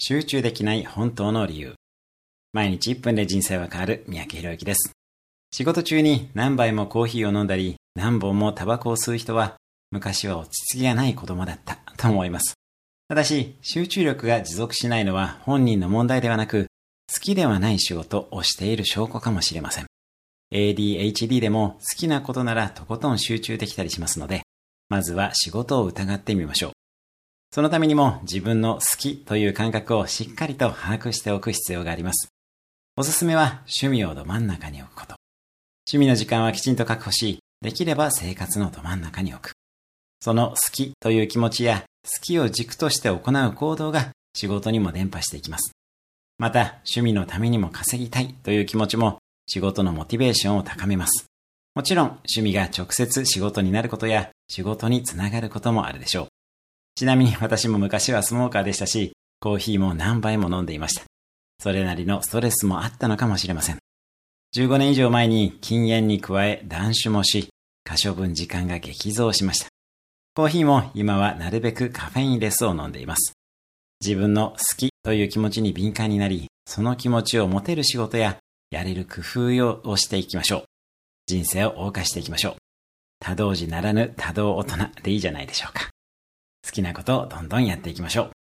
集中できない本当の理由。毎日1分で人生は変わる三宅宏之です。仕事中に何杯もコーヒーを飲んだり、何本もタバコを吸う人は、昔は落ち着きがない子供だったと思います。ただし、集中力が持続しないのは本人の問題ではなく、好きではない仕事をしている証拠かもしれません。ADHD でも好きなことならとことん集中できたりしますので、まずは仕事を疑ってみましょう。そのためにも自分の好きという感覚をしっかりと把握しておく必要があります。おすすめは趣味をど真ん中に置くこと。趣味の時間はきちんと確保し、できれば生活のど真ん中に置く。その好きという気持ちや好きを軸として行う行動が仕事にも伝播していきます。また趣味のためにも稼ぎたいという気持ちも仕事のモチベーションを高めます。もちろん趣味が直接仕事になることや仕事につながることもあるでしょう。ちなみに私も昔はスモーカーでしたし、コーヒーも何杯も飲んでいました。それなりのストレスもあったのかもしれません。15年以上前に禁煙に加え断酒もし、可処分時間が激増しました。コーヒーも今はなるべくカフェインレスを飲んでいます。自分の好きという気持ちに敏感になり、その気持ちを持てる仕事ややれる工夫をしていきましょう。人生を謳歌していきましょう。多動児ならぬ多動大人でいいじゃないでしょうか。好きなことをどんどんやっていきましょう。